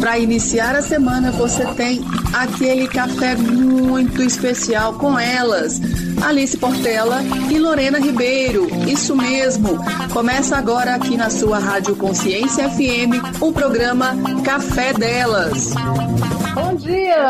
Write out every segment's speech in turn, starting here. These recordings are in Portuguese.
Para iniciar a semana, você tem aquele café muito especial com elas, Alice Portela e Lorena Ribeiro. Isso mesmo. Começa agora aqui na sua Rádio Consciência FM, o programa Café Delas. Bom dia!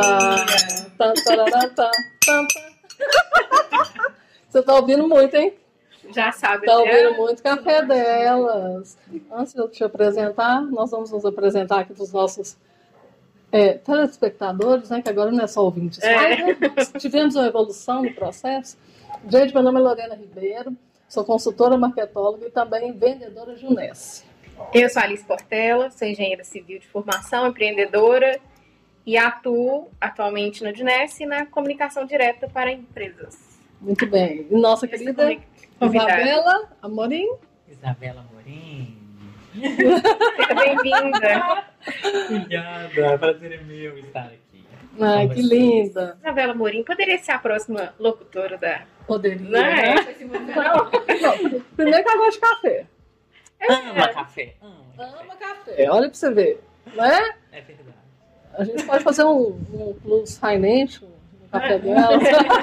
Você tá ouvindo muito, hein? Já sabe. Tá ouvindo muito Café Delas. Antes de eu te apresentar, nós vamos nos apresentar aqui dos nossos telespectadores, né? Que agora não é só ouvintes. Mas tivemos uma evolução no processo. Gente, meu nome é Lorena Ribeiro, sou consultora marketóloga e também vendedora de Unesse. Eu sou Alice Portela, sou engenheira civil de formação, empreendedora e atuo atualmente no Unesse e na comunicação direta para empresas. Muito bem. E nossa querida Isabela Amorim. Isabela Amorim. Seja bem-vinda. Obrigada, prazer é meu estar aqui. Ai, que linda. Isabela Amorim poderia ser a próxima locutora da... Poderia, Não é? Não. Primeiro que ela gosta de café. Ama café. Ama café. Olha pra você ver. Não é? É verdade. A gente pode fazer um Plus Financial no café dela.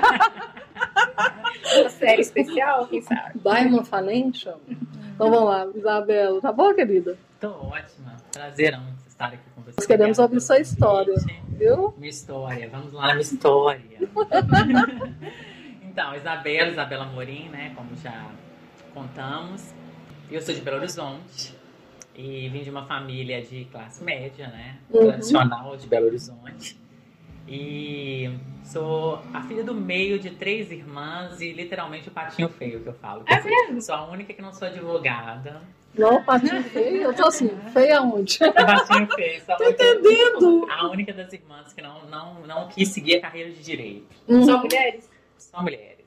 Uma série especial, quem sabe? Diamond Financial. Então vamos lá, Isabela. Tá boa, querida? Tô ótima. Prazerão estar aqui com você. Nós queremos ouvir sua história, viu? Minha história. Vamos lá na minha história. Então, Isabela Amorim, né? Como já contamos. Eu sou de Belo Horizonte e vim de uma família de classe média, né? Tradicional de Belo Horizonte. E sou a filha do meio de 3 irmãs e literalmente o patinho feio que eu falo. É mesmo? Sou a única que não sou advogada. Não, patinho feio? Eu tô assim, feia onde? Patinho feio. Tô entendendo. A única das irmãs que não quis seguir a carreira de direito. Só mulheres? Só mulheres.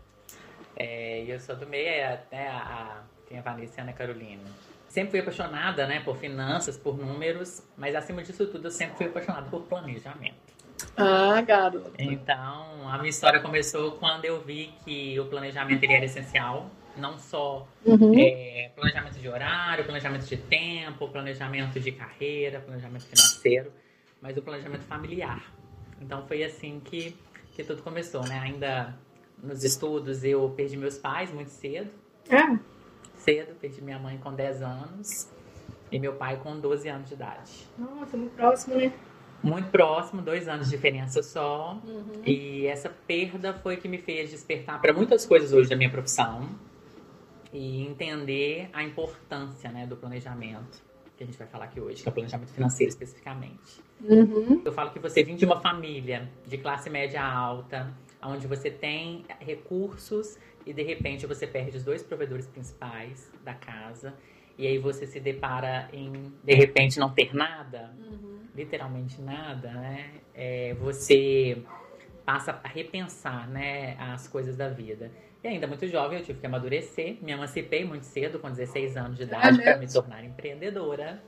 E eu sou do meio, até tem a Vanessa e a Ana Carolina. Sempre fui apaixonada, né, por finanças, por números, mas acima disso tudo eu sempre fui apaixonada por planejamento. Ah, garoto. Então, a minha história começou quando eu vi que o planejamento ele era essencial. Não só planejamento de horário, planejamento de tempo, planejamento de carreira, planejamento financeiro, mas o planejamento familiar. Então, foi assim que tudo começou, né? Ainda nos estudos, eu perdi meus pais muito cedo. Cedo, perdi minha mãe com 10 anos e meu pai com 12 anos de idade. Nossa, muito próximo, né? Muito próximo, 2 anos de diferença só. E essa perda foi que me fez despertar para muitas coisas hoje da minha profissão e entender a importância, né, do planejamento, que a gente vai falar aqui hoje, que é o planejamento financeiro especificamente. Eu falo que você vem de uma família de classe média alta, onde você tem recursos e de repente você perde os 2 provedores principais da casa e aí você se depara em, de repente, não ter nada, literalmente nada, né? Você passa a repensar, né, as coisas da vida. E ainda muito jovem, eu tive que amadurecer. Me emancipei muito cedo, com 16 anos de idade, para me tornar empreendedora.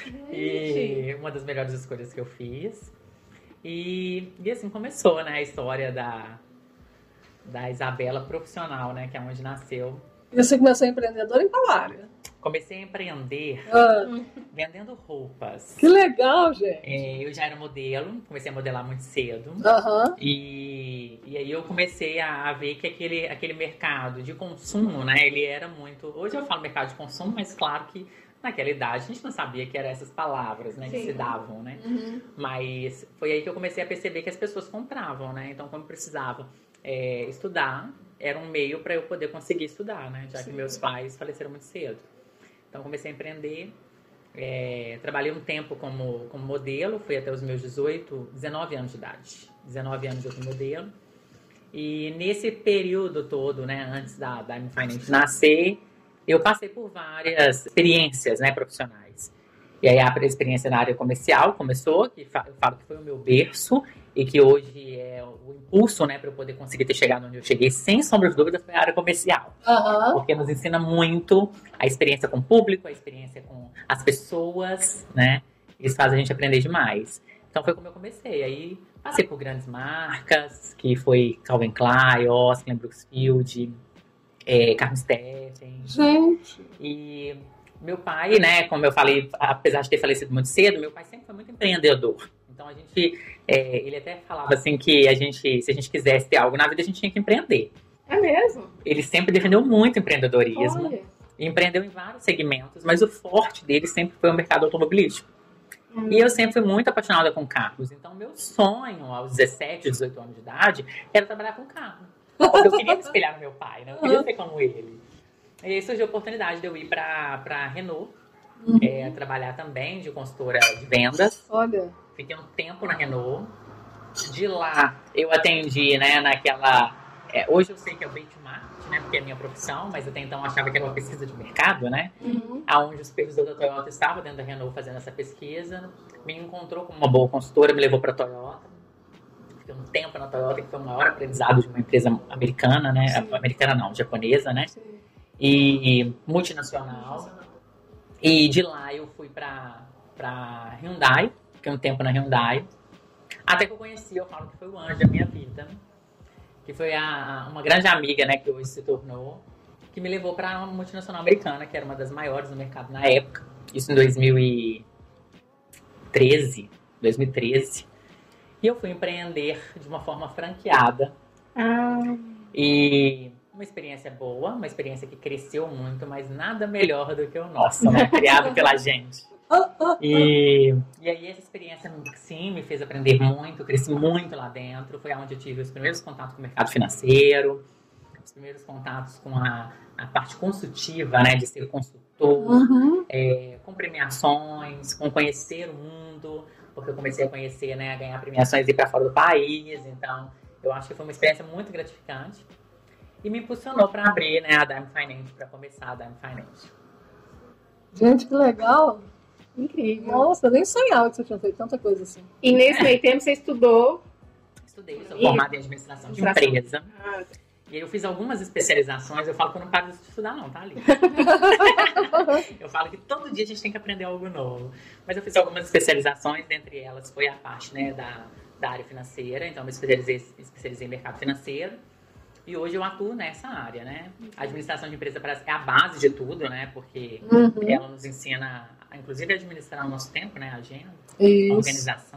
E uma das melhores escolhas que eu fiz. E assim começou, né, a história da Isabela profissional, né, que é onde nasceu. E você começou empreendedora em qual área? Comecei a empreender vendendo roupas. Que legal, gente! Eu já era modelo, comecei a modelar muito cedo. E aí eu comecei a ver que aquele mercado de consumo, né, ele era muito... Hoje eu falo mercado de consumo, mas claro que naquela idade a gente não sabia que eram essas palavras, né, que se davam, né? Mas foi aí que eu comecei a perceber que as pessoas compravam, né? Então, quando precisava estudar, era um meio para eu poder conseguir estudar, né? Já que meus pais faleceram muito cedo. Então, comecei a empreender. Trabalhei um tempo como modelo, fui até os meus 19 anos de idade. 19 anos eu fui modelo. E nesse período todo, né, antes da Diamond Finance nascer, eu passei por várias experiências, né, profissionais. E aí a experiência na área comercial começou, que eu falo que foi o meu berço, e que hoje é o impulso, né, para eu poder conseguir ter chegado onde eu cheguei, sem sombra de dúvida, foi a área comercial. Porque nos ensina muito a experiência com o público, a experiência com as pessoas, né? Isso faz a gente aprender demais. Então foi como eu comecei. Aí passei por grandes marcas, que foi Calvin Klein, Osklen, Brooksfield, Carmen Steffen. Gente! E Meu pai, né, como eu falei, apesar de ter falecido muito cedo, meu pai sempre foi muito empreendedor. Então a gente, ele até falava assim que se a gente quisesse ter algo na vida, a gente tinha que empreender. É mesmo? Ele sempre defendeu muito empreendedorismo. Olha. E empreendeu em vários segmentos, mas o forte dele sempre foi o mercado automobilístico. E eu sempre fui muito apaixonada com carros. Então meu sonho, aos 17, 18 anos de idade, era trabalhar com carro. Eu queria me espelhar no meu pai, né? Eu queria ser como ele. E aí surgiu a oportunidade de eu ir para Renault, trabalhar também de consultora de vendas. Olha. Fiquei um tempo na Renault. De lá, eu atendi, né, naquela... hoje eu sei que é o benchmark, né, porque é a minha profissão, mas até então eu achava que era uma pesquisa de mercado, né? Onde o supervisor da Toyota estava dentro da Renault fazendo essa pesquisa. Me encontrou como uma boa consultora, me levou para a Toyota. Fiquei um tempo na Toyota, que foi o maior aprendizado de uma empresa americana, né? Sim. Americana não, japonesa, né? Sim. E multinacional. E de lá eu fui para Hyundai, fiquei um tempo na Hyundai. Até que eu conheci, eu falo que foi o anjo da minha vida, que foi uma grande amiga, né, que hoje se tornou, que me levou para uma multinacional americana, que era uma das maiores no mercado na época. Isso em 2013. E eu fui empreender de uma forma franqueada. E uma experiência boa, uma experiência que cresceu muito, mas nada melhor do que o nosso, né? Criado pela gente. E aí essa experiência, sim, me fez aprender muito, cresci muito lá dentro. Foi onde eu tive os primeiros contatos com o mercado financeiro, os primeiros contatos com a parte consultiva, né, de ser consultor, com premiações, com conhecer o mundo, porque eu comecei a conhecer, né, a ganhar premiações e ir para fora do país. Então, eu acho que foi uma experiência muito gratificante e me impulsionou para abrir, né, a Dime Finance, para começar a Dime Finance. Gente, que legal! Incrível. Nossa, eu nem sonhava que você tinha feito tanta coisa assim. E nesse meio tempo você estudou? Estudei, sou formada em administração de empresa. E aí eu fiz algumas especializações. Eu falo que eu não paro de estudar não, tá, Alice? Eu falo que todo dia a gente tem que aprender algo novo. Mas eu fiz algumas especializações, dentre elas foi a parte, né, da área financeira. Então eu me especializei em mercado financeiro. E hoje eu atuo nessa área, né? A administração de empresa parece que é a base de tudo, né? Porque ela nos ensina, inclusive, a administrar o nosso tempo, né? A agenda, a organização.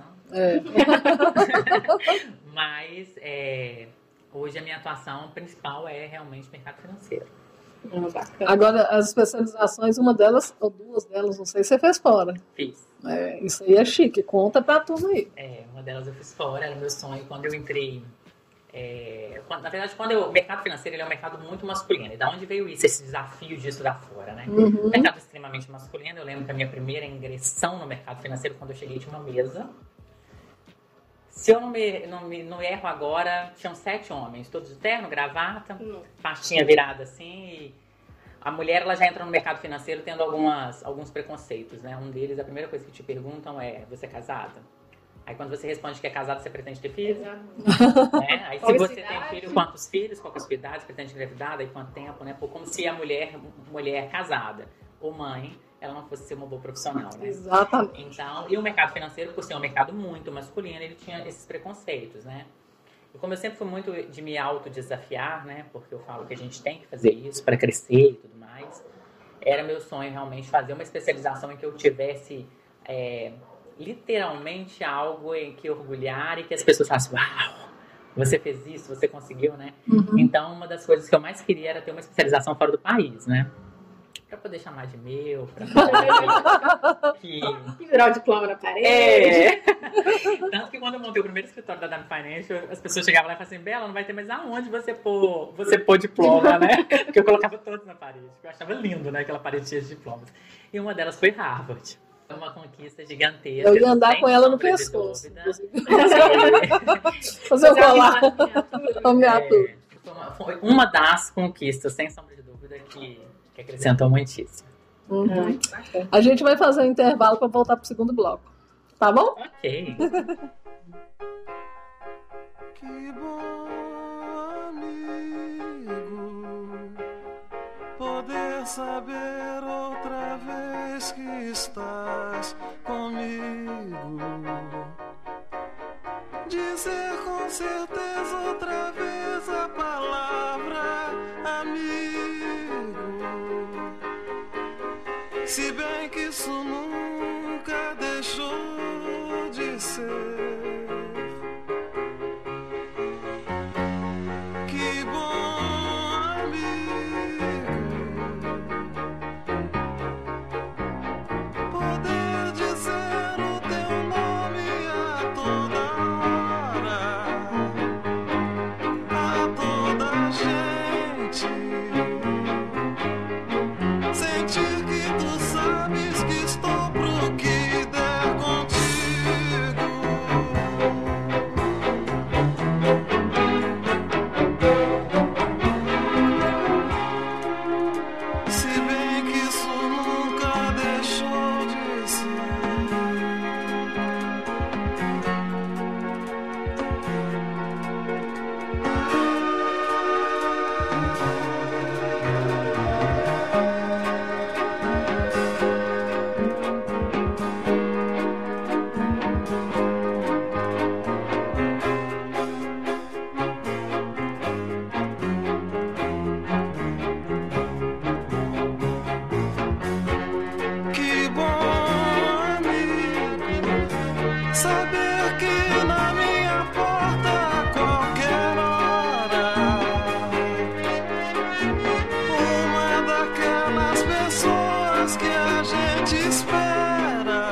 Mas hoje a minha atuação principal é realmente mercado financeiro. Agora, as especializações, uma delas, ou duas delas, não sei, você fez fora. Fiz. Isso aí é chique, conta pra turma aí. Uma delas eu fiz fora, era meu sonho quando eu entrei. Na verdade, o mercado financeiro ele é um mercado muito masculino. E da onde veio isso, esse desafio de estudar fora, né? Um mercado extremamente masculino. Eu lembro que a minha primeira ingressão no mercado financeiro, quando eu cheguei, tinha uma mesa. Se eu não erro agora, tinham 7 homens, todos de terno, gravata, pastinha virada assim. E a mulher ela já entra no mercado financeiro tendo alguns preconceitos, né? Um deles, a primeira coisa que te perguntam é: você é casada? Aí quando você responde que é casado, você pretende ter filho? Né? Aí se você tem filho, quantos filhos, qual que é a sua idade, pretende engravidar, e quanto tempo, né? Como se a mulher casada ou mãe, ela não fosse ser uma boa profissional, né? Exatamente. Então, e o mercado financeiro, por ser um mercado muito masculino, ele tinha esses preconceitos, né? E como eu sempre fui muito de me autodesafiar, né? Porque eu falo que a gente tem que fazer isso para crescer e tudo mais, era meu sonho realmente fazer uma especialização em que eu tivesse... literalmente algo em que orgulhar e que as pessoas falassem: uau, você fez isso, você conseguiu, né? Então, uma das coisas que eu mais queria era ter uma especialização fora do país, né? Pra poder chamar de meu, pra poder... Virar o diploma na parede. Tanto que quando eu montei o primeiro escritório da Dime Financial, as pessoas chegavam lá e falavam assim: Bela, não vai ter mais aonde você pôr diploma, né? Porque eu colocava todos na parede. Eu achava lindo, né? Aquela parede cheia de diplomas. E uma delas foi Harvard. Foi uma conquista gigantesca. Eu ia andar com ela no pescoço. Fazer o colar. Foi uma das conquistas, sem sombra de dúvida, que acrescentou muitíssimo. A gente vai fazer um intervalo para voltar pro segundo bloco. Tá bom? Ok. Que bom, amigo, poder saber outra vez que estás comigo, dizer com certeza outra vez a palavra amigo. Se bem que isso nunca deixou de ser. Que bom amigo poder dizer o teu nome a toda hora, a toda gente. Sentir que tu sabes que estou pro que der contigo. Se bem que isso nunca deixou de ser. Que bom amigo saber que na minha porta a qualquer hora uma daquelas pessoas que a gente espera,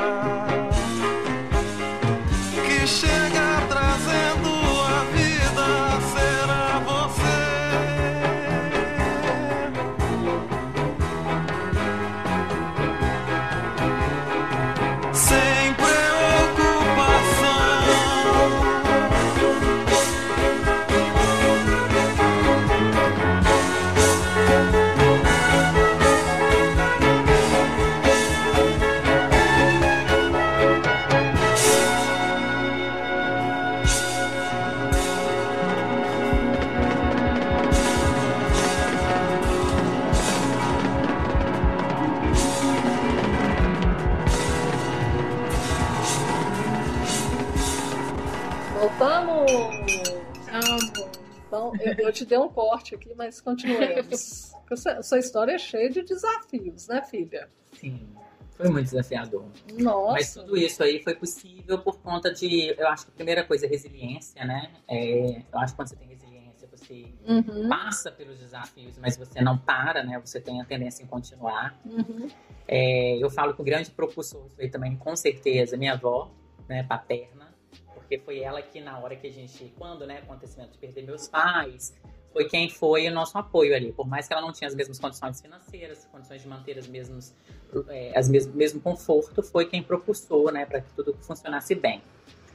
que chega trazendo a vida, será você. Sem preocupação. Voltamos! Amo. Então, eu te dei um corte aqui, mas continuemos. Sua história é cheia de desafios, né, filha? Sim, foi muito desafiador. Nossa! Mas tudo isso aí foi possível por conta de, eu acho que a primeira coisa é resiliência, né? Eu acho que quando você tem resiliência, você passa pelos desafios, mas você não para, né? Você tem a tendência em continuar. Eu falo que o grande propulsor foi também, com certeza, minha avó, né, paterna, porque foi ela que na hora que a gente, quando, né, acontecimento de perder meus pais, foi quem foi o nosso apoio ali. Por mais que ela não tinha as mesmas condições financeiras, condições de manter as mesmas, mesmo conforto, foi quem propulsou, né, para que tudo funcionasse bem.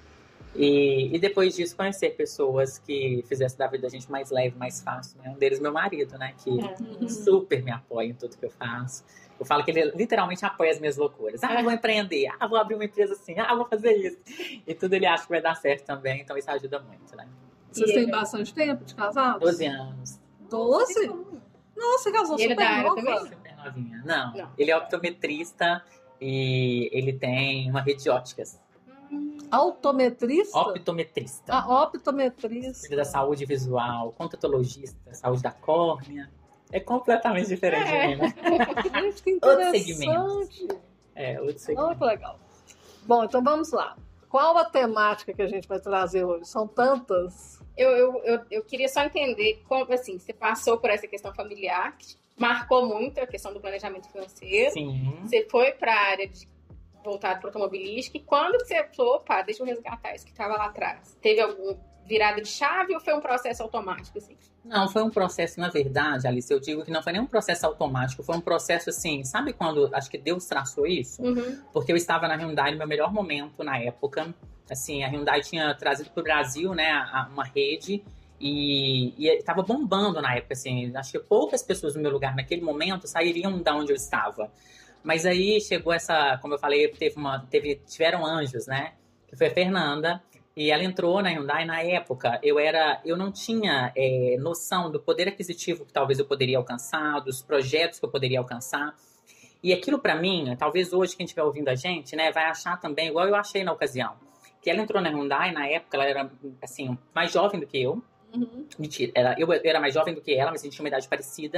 E depois disso, conhecer pessoas que fizessem da vida da gente mais leve, mais fácil, né? Um deles, meu marido, né, que super me apoia em tudo que eu faço. Eu falo que ele literalmente apoia as minhas loucuras. Eu vou empreender, vou abrir uma empresa assim, vou fazer isso. E tudo ele acha que vai dar certo também, então isso ajuda muito, né? Vocês têm bastante tempo de casados? 12 anos. 12? Nossa, casou super nova. Super novinha. Não, ele é optometrista e ele tem uma rede de óticas. Optometrista? Optometrista. Optometrista. Cuida da saúde visual, contatologista, saúde da córnea. É completamente diferente de mim, né? Gente, que interessante. Outro segmento. Outro segmento. Olha que legal. Bom, então vamos lá. Qual a temática que a gente vai trazer hoje? São tantas. Eu queria só entender como, assim, você passou por essa questão familiar, que marcou muito a questão do planejamento financeiro. Sim. Você foi para a área voltada para automobilística. E quando você falou, opa, deixa eu resgatar isso que estava lá atrás. Teve alguma virada de chave ou foi um processo automático, assim? Não, foi um processo, na verdade, Alice, eu digo que não foi nem um processo automático, foi um processo assim, sabe quando, acho que Deus traçou isso? Porque eu estava na Hyundai no meu melhor momento na época, assim, a Hyundai tinha trazido para o Brasil, né, uma rede e estava bombando na época, assim, acho que poucas pessoas no meu lugar naquele momento sairiam da onde eu estava. Mas aí chegou essa, como eu falei, tiveram anjos, né, que foi a Fernanda. E ela entrou na Hyundai na época. Eu não tinha noção do poder aquisitivo que talvez eu poderia alcançar, dos projetos que eu poderia alcançar. E aquilo para mim, talvez hoje quem estiver ouvindo a gente, né, vai achar também, igual eu achei na ocasião. Que ela entrou na Hyundai, na época ela era, assim, mais jovem do que eu. Mentira, eu era mais jovem do que ela, mas a gente tinha uma idade parecida.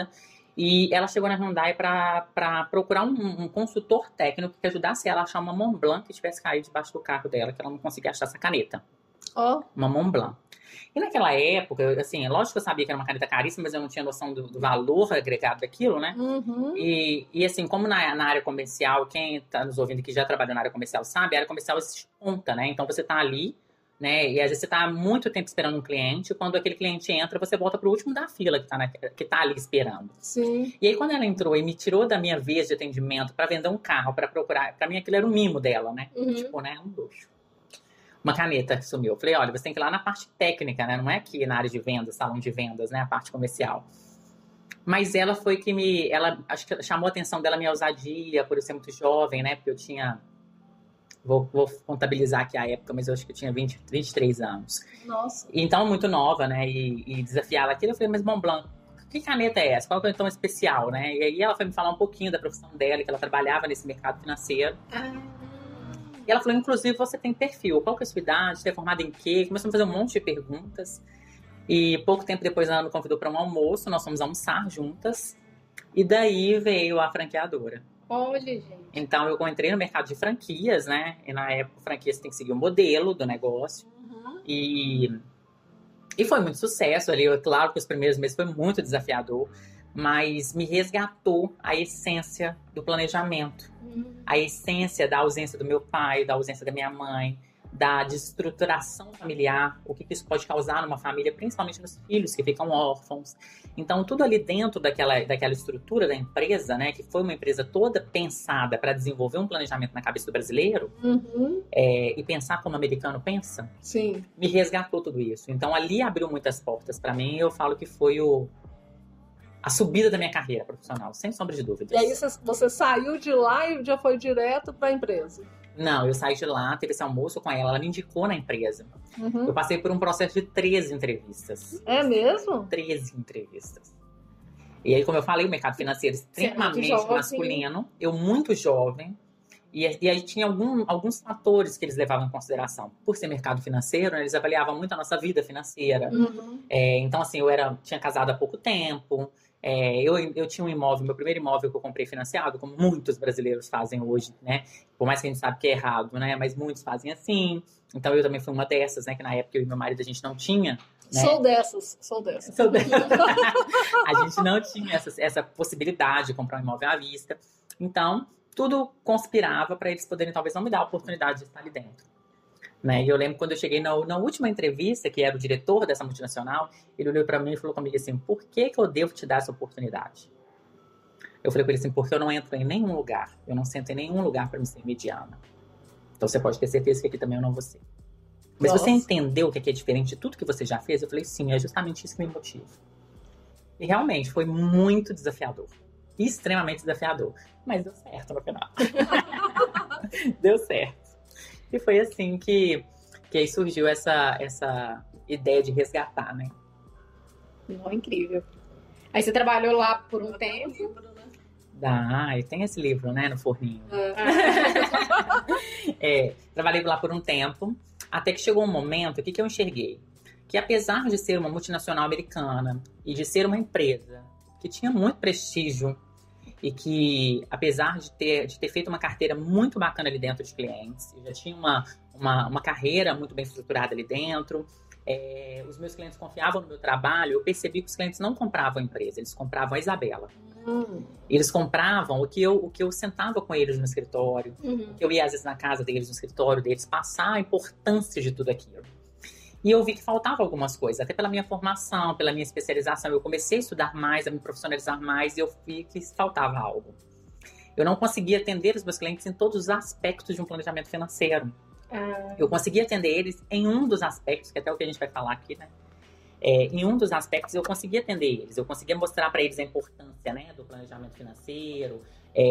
E ela chegou na Hyundai para procurar um consultor técnico que ajudasse ela a achar uma Mont Blanc que tivesse caído debaixo do carro dela, que ela não conseguia achar essa caneta. Uma Mont Blanc. E naquela época, assim, lógico que eu sabia que era uma caneta caríssima, mas eu não tinha noção do valor agregado daquilo, né? E assim, como na área comercial, quem tá nos ouvindo que já trabalhou na área comercial sabe, a área comercial existe conta, né? Então você tá ali, né? E às vezes você tá há muito tempo esperando um cliente, e quando aquele cliente entra, você volta pro último da fila que tá ali esperando. Sim. E aí quando ela entrou e me tirou da minha vez de atendimento para vender um carro, para procurar, para mim aquilo era um mimo dela, né? Tipo, né? Um luxo. Uma caneta que sumiu. Eu falei, olha, você tem que ir lá na parte técnica, né? Não é aqui na área de vendas, salão de vendas, né? A parte comercial. Mas ela foi que ela acho que chamou a atenção dela a minha ousadia, por eu ser muito jovem, né? Porque eu tinha, vou contabilizar aqui a época, mas eu acho que eu tinha 23 anos. Nossa. Então, muito nova, né? E desafiar aquilo, eu falei, mas Mont Blanc, que caneta é essa? Qual que é o tom especial, né? E aí ela foi me falar um pouquinho da profissão dela, que ela trabalhava nesse mercado financeiro. E ela falou, inclusive, você tem perfil. Qual que é a sua idade? Você é formada em quê? Começamos a fazer um monte de perguntas. E pouco tempo depois ela me convidou para um almoço. Nós fomos almoçar juntas. E daí veio a franqueadora. Olha, gente. Então, eu entrei no mercado de franquias, né? E na época, franquias você tem que seguir o modelo do negócio. E foi muito sucesso ali. Claro que os primeiros meses foi muito desafiador. Mas me resgatou a essência do planejamento. A essência da ausência do meu pai, da ausência da minha mãe, da desestruturação familiar, o que isso pode causar numa família, principalmente nos filhos que ficam órfãos. Então, tudo ali dentro daquela estrutura da empresa, né, que foi uma empresa toda pensada para desenvolver um planejamento na cabeça do brasileiro, e pensar como o americano pensa, Sim. Me resgatou tudo isso. Então, ali abriu muitas portas para mim e eu falo que foi a subida da minha carreira profissional, sem sombra de dúvidas. E aí você saiu de lá e já foi direto para a empresa? Não, eu saí de lá, teve esse almoço com ela me indicou na empresa. Eu passei por um processo de 13 entrevistas. É mesmo? 13 entrevistas. E aí, como eu falei, o mercado financeiro extremamente masculino, eu muito jovem, e aí tinha alguns fatores que eles levavam em consideração. Por ser mercado financeiro, né, eles avaliavam muito a nossa vida financeira. Então, assim, eu tinha casado há pouco tempo, eu tinha um imóvel, meu primeiro imóvel que eu comprei financiado, como muitos brasileiros fazem hoje, né? Por mais que a gente sabe que é errado, né? Mas muitos fazem assim. Então, eu também fui uma dessas, né? Que na época eu e meu marido a gente não tinha. Né? Sou dessas. A gente não tinha essa possibilidade de comprar um imóvel à vista. Então, tudo conspirava para eles poderem talvez não me dar a oportunidade de estar ali dentro. Né? E eu lembro quando eu cheguei na última entrevista, que era o diretor dessa multinacional, ele olhou para mim e falou comigo assim, por que eu devo te dar essa oportunidade? Eu falei para ele assim, porque eu não entro em nenhum lugar, eu não sento em nenhum lugar para me ser mediana. Então você pode ter certeza que aqui também eu não vou ser. Mas você entendeu o que é diferente de tudo que você já fez? Eu falei, sim, é justamente isso que me motiva. E realmente foi muito desafiador. Extremamente desafiador. Mas deu certo no final. Deu certo. E foi assim que aí surgiu essa ideia de resgatar, né? Não, incrível. Aí você trabalhou lá por um tempo. E tem esse livro, né, no forninho. Trabalhei lá por um tempo, até que chegou um momento, o que eu enxerguei? Que apesar de ser uma multinacional americana e de ser uma empresa que tinha muito prestígio e que, apesar de ter feito uma carteira muito bacana ali dentro de clientes, eu já tinha uma carreira muito bem estruturada ali dentro, os meus clientes confiavam no meu trabalho, eu percebi que os clientes não compravam a empresa, eles compravam a Isabela. Eles compravam o que eu sentava com eles no escritório, o que eu ia às vezes na casa deles, no escritório deles, passar a importância de tudo aquilo. E eu vi que faltava algumas coisas, até pela minha formação, pela minha especialização. Eu comecei a estudar mais, a me profissionalizar mais, e eu vi que faltava algo. Eu não conseguia atender os meus clientes em todos os aspectos de um planejamento financeiro. Eu conseguia atender eles em um dos aspectos, que é até o que a gente vai falar aqui, né? Em um dos aspectos eu conseguia atender eles, eu conseguia mostrar para eles a importância, né, do planejamento financeiro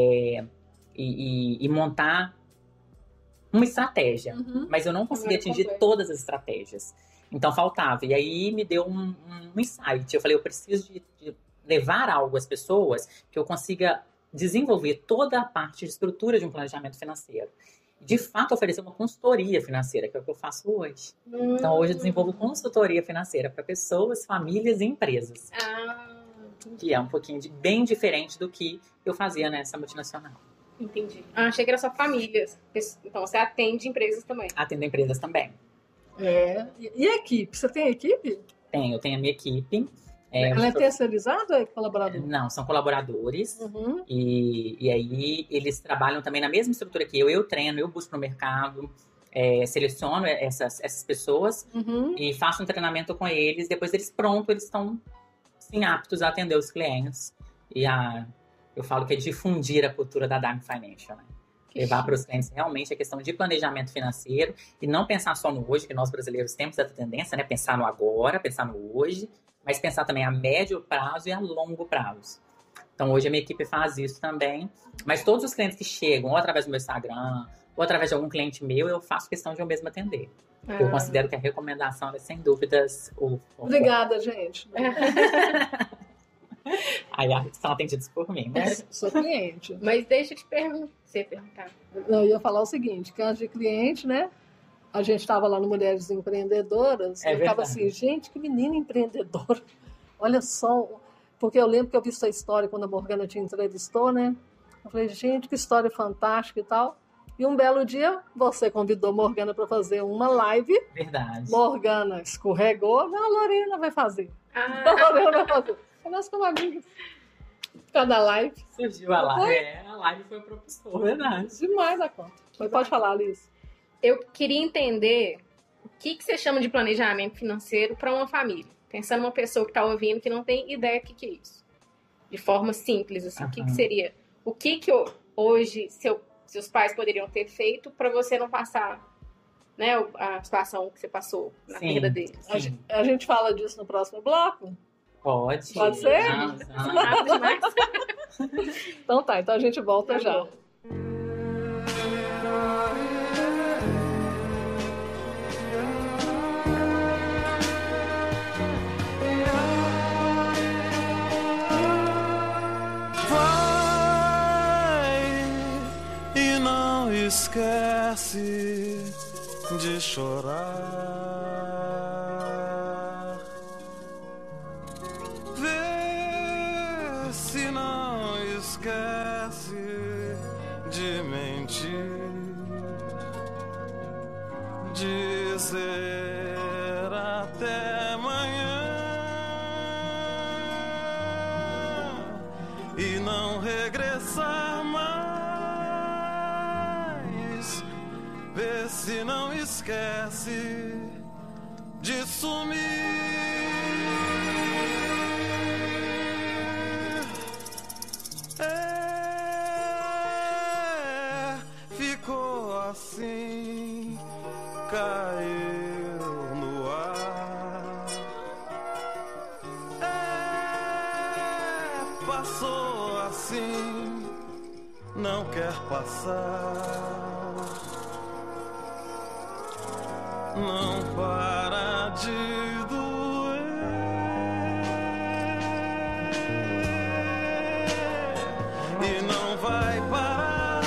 e montar uma estratégia, mas eu não conseguia atingir todas as estratégias. Então faltava. E aí me deu um insight. Eu falei, eu preciso de levar algo às pessoas que eu consiga desenvolver toda a parte de estrutura de um planejamento financeiro. De fato, oferecer uma consultoria financeira, que é o que eu faço hoje. Então, hoje eu desenvolvo consultoria financeira para pessoas, famílias e empresas. Que é um pouquinho bem diferente do que eu fazia nessa multinacional. Entendi. Achei que era só famílias. Então, você atende empresas também. Atendo empresas também. E a equipe? Você tem equipe? Eu tenho a minha equipe. Ela é terceirizada ou é colaborador? Não, são colaboradores. E aí eles trabalham também na mesma estrutura que eu. Eu treino, eu busco no mercado, seleciono essas pessoas e faço um treinamento com eles. Depois eles estão sim, aptos a atender os clientes. E eu falo que é difundir a cultura da Dime Financial, né? Levar para os clientes realmente a questão de planejamento financeiro e não pensar só no hoje, que nós brasileiros temos essa tendência, né? Pensar no agora, pensar no hoje, mas pensar também a médio prazo e a longo prazo. Então, hoje a minha equipe faz isso também. Mas todos os clientes que chegam, ou através do meu Instagram, ou através de algum cliente meu, eu faço questão de eu mesmo atender. Eu considero que a recomendação é, sem dúvidas, Obrigada, gente. Aí são atendidos por mim, né? Sou cliente. Mas deixa eu te perguntar. Eu ia falar o seguinte, que antes de cliente, né? A gente estava lá no Mulheres Empreendedoras, eu estava assim, gente, que menina empreendedora. Olha só, porque eu lembro que eu vi essa história quando a Morgana te entrevistou, né? Eu falei, gente, que história fantástica e tal. E um belo dia, você convidou a Morgana para fazer uma live. Verdade. Morgana escorregou, a Lorena vai fazer. A Lorena vai fazer. Nós como amigas. Cada live. Surgiu a live. A live foi o propulsor, verdade. Demais a conta. Mas pode falar, Alice. Eu queria entender o que você chama de planejamento financeiro para uma família. Pensando numa pessoa que está ouvindo que não tem ideia do que é isso. De forma simples, assim, o que seria? O que hoje seus pais poderiam ter feito para você não passar, né, a situação que você passou na perda deles? A gente fala disso no próximo bloco? Pode ser? Então tá, então a gente volta já. Vai e não esquece de chorar. Se não esquece de mentir, dizer até amanhã e não regressar mais. Vê se não esquece de sumir. Ficou assim, caiu no ar. Passou assim, não quer passar. Não para de e não vai parar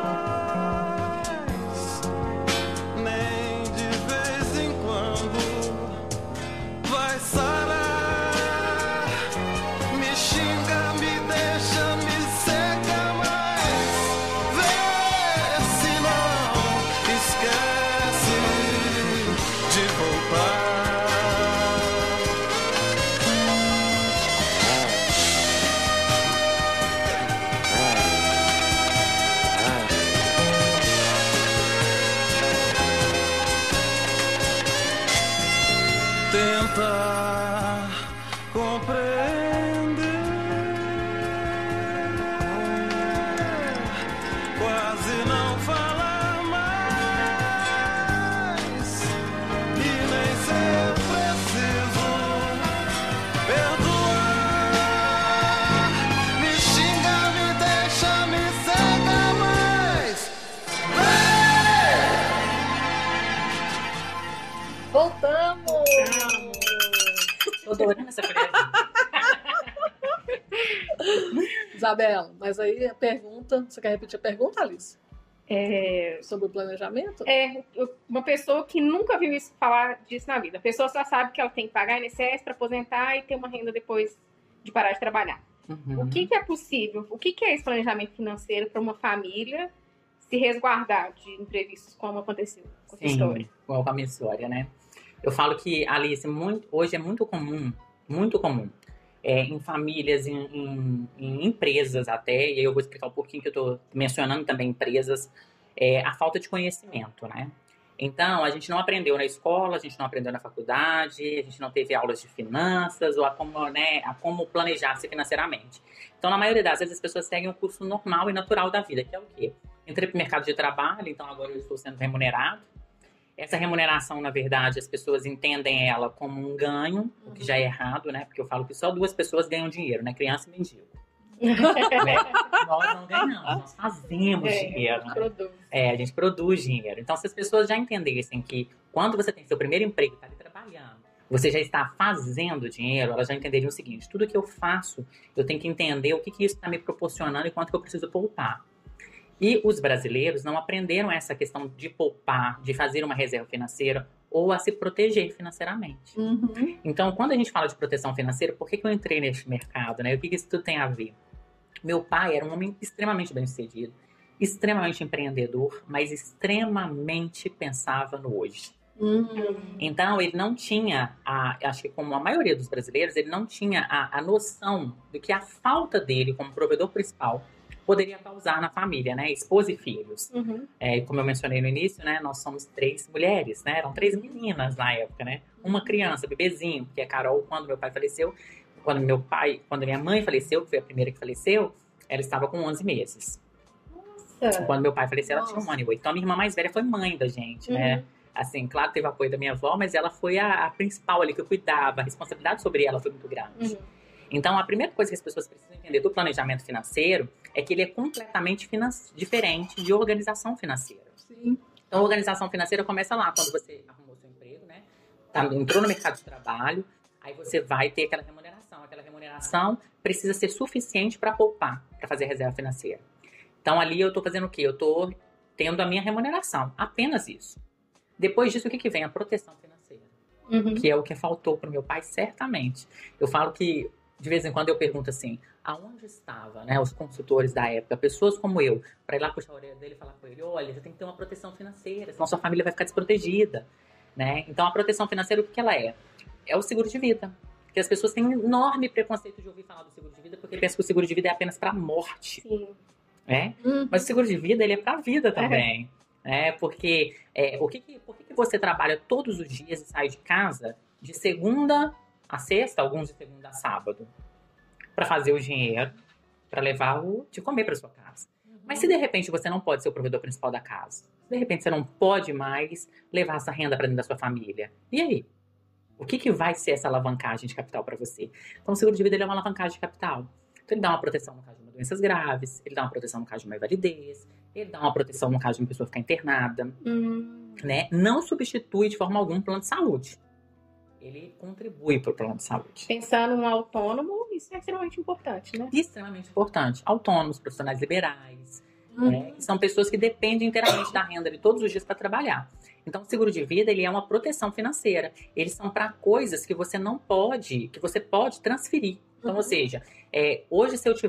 mais, nem de vez em quando vai sarar. Me xinga, me deixa, me seca mais. Vê se não esquece de voltar. Tentar compreender, quase não falar mais e nem ser preciso perdoar. Me xinga, me deixa, me cega mais. Voltamos! Tô adorando essa pergunta. Isabela, mas aí a pergunta... Você quer repetir a pergunta, Alice? Sobre o planejamento? Uma pessoa que nunca viu falar disso na vida. A pessoa só sabe que ela tem que pagar INSS para aposentar e ter uma renda depois de parar de trabalhar. Uhum. O que é possível? O que é esse planejamento financeiro para uma família se resguardar de imprevistos como aconteceu com a história? Igual com a minha história, né? Eu falo que, Alice, hoje é muito comum, em famílias, em empresas até, e aí eu vou explicar um pouquinho que eu estou mencionando também empresas, a falta de conhecimento, né? Então, a gente não aprendeu na escola, a gente não aprendeu na faculdade, a gente não teve aulas de finanças ou a como planejar-se financeiramente. Então, na maioria das vezes, as pessoas seguem o curso normal e natural da vida, que é o quê? Entrei para o mercado de trabalho, então agora eu estou sendo remunerado. Essa remuneração, na verdade, as pessoas entendem ela como um ganho, o que já é errado, né? Porque eu falo que só 2 pessoas ganham dinheiro, né? Criança e mendigo. Né? Nós não ganhamos, nós fazemos dinheiro. A gente produz dinheiro. Então, se as pessoas já entendessem que quando você tem seu primeiro emprego, está ali trabalhando, você já está fazendo dinheiro, elas já entenderiam o seguinte: tudo que eu faço, eu tenho que entender o que isso está me proporcionando e quanto que eu preciso poupar. E os brasileiros não aprenderam essa questão de poupar, de fazer uma reserva financeira ou a se proteger financeiramente. Uhum. Então, quando a gente fala de proteção financeira, por que eu entrei neste mercado, né? O que isso tudo tem a ver? Meu pai era um homem extremamente bem-sucedido, extremamente empreendedor, mas extremamente pensava no hoje. Então, ele não tinha, acho que como a maioria dos brasileiros, ele não tinha a noção do que a falta dele como provedor principal poderia causar na família, né? Esposa e filhos. Como eu mencionei no início, né? Nós somos 3 mulheres, né? Eram 3 meninas na época, né? Uma criança, bebezinho, que é Carol, quando meu pai faleceu. Quando minha mãe faleceu, que foi a primeira que faleceu, ela estava com 11 meses. Nossa. Quando meu pai faleceu, ela tinha 1 ano e 8. Então, a minha irmã mais velha foi mãe da gente, né? Assim, claro, teve apoio da minha avó, mas ela foi a principal ali que eu cuidava. A responsabilidade sobre ela foi muito grande. Então, a primeira coisa que as pessoas precisam entender do planejamento financeiro é que ele é completamente diferente de organização financeira. Sim. Então, a organização financeira começa lá, quando você arrumou seu emprego, né? Entrou no mercado de trabalho, aí você vai ter aquela remuneração. Aquela remuneração precisa ser suficiente para poupar, para fazer reserva financeira. Então, ali eu estou fazendo o quê? Eu estou tendo a minha remuneração, apenas isso. Depois disso, o que vem? A proteção financeira, que é o que faltou para o meu pai, certamente. Eu falo que, de vez em quando, eu pergunto assim, aonde estavam, né, os consultores da época, pessoas como eu, para ir lá puxar a orelha dele e falar com ele: olha, você tem que ter uma proteção financeira, senão sua família vai ficar desprotegida, né? Então, a proteção financeira, o que ela é? É o seguro de vida. Porque as pessoas têm um enorme preconceito de ouvir falar do seguro de vida, porque pensam que o seguro de vida é apenas para a morte. Sim. Né? Mas o seguro de vida, ele é para a vida também. Porque por que você trabalha todos os dias e sai de casa de segunda a sexta, alguns de segunda a sábado, para fazer o dinheiro, para levar de comer para sua casa? Mas se de repente você não pode ser o provedor principal da casa, se de repente você não pode mais levar essa renda para dentro da sua família, e aí? O que vai ser essa alavancagem de capital para você? Então, o seguro de vida, ele é uma alavancagem de capital. Então, ele dá uma proteção no caso de doenças graves, ele dá uma proteção no caso de uma invalidez, ele dá uma proteção no caso de uma pessoa ficar internada, né? Não substitui de forma alguma um plano de saúde. Ele contribui para o plano de saúde. Pensando no autônomo, isso é extremamente importante, né? Extremamente importante. Autônomos, profissionais liberais, né? São pessoas que dependem inteiramente da renda de todos os dias para trabalhar. Então, o seguro de vida, ele é uma proteção financeira. Eles são para coisas que você não pode, que você pode transferir. Então, ou seja, hoje se eu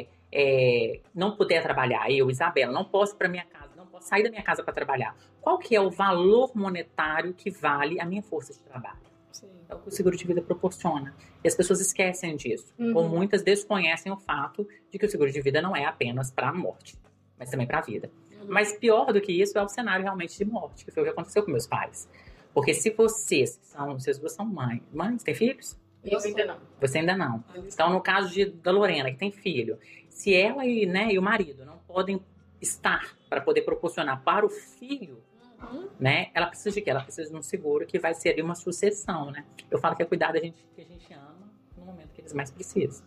não puder trabalhar, eu, Isabela, não posso ir para minha casa, não posso sair da minha casa para trabalhar. Qual que é o valor monetário que vale a minha força de trabalho? Sim. É o que o seguro de vida proporciona. E as pessoas esquecem disso. Ou muitas desconhecem o fato de que o seguro de vida não é apenas para a morte, mas também para a vida. Mas pior do que isso é o cenário realmente de morte, que foi o que aconteceu com meus pais. Porque se vocês duas são mães, têm filhos? Eu ainda não. Você ainda não. Então, no caso da Lorena, que tem filho, se ela e o marido não podem estar para poder proporcionar para o filho, né? Ela precisa de quê? Ela precisa de um seguro que vai ser ali uma sucessão, né? Eu falo que é cuidar da gente que a gente ama no momento que eles mais precisam.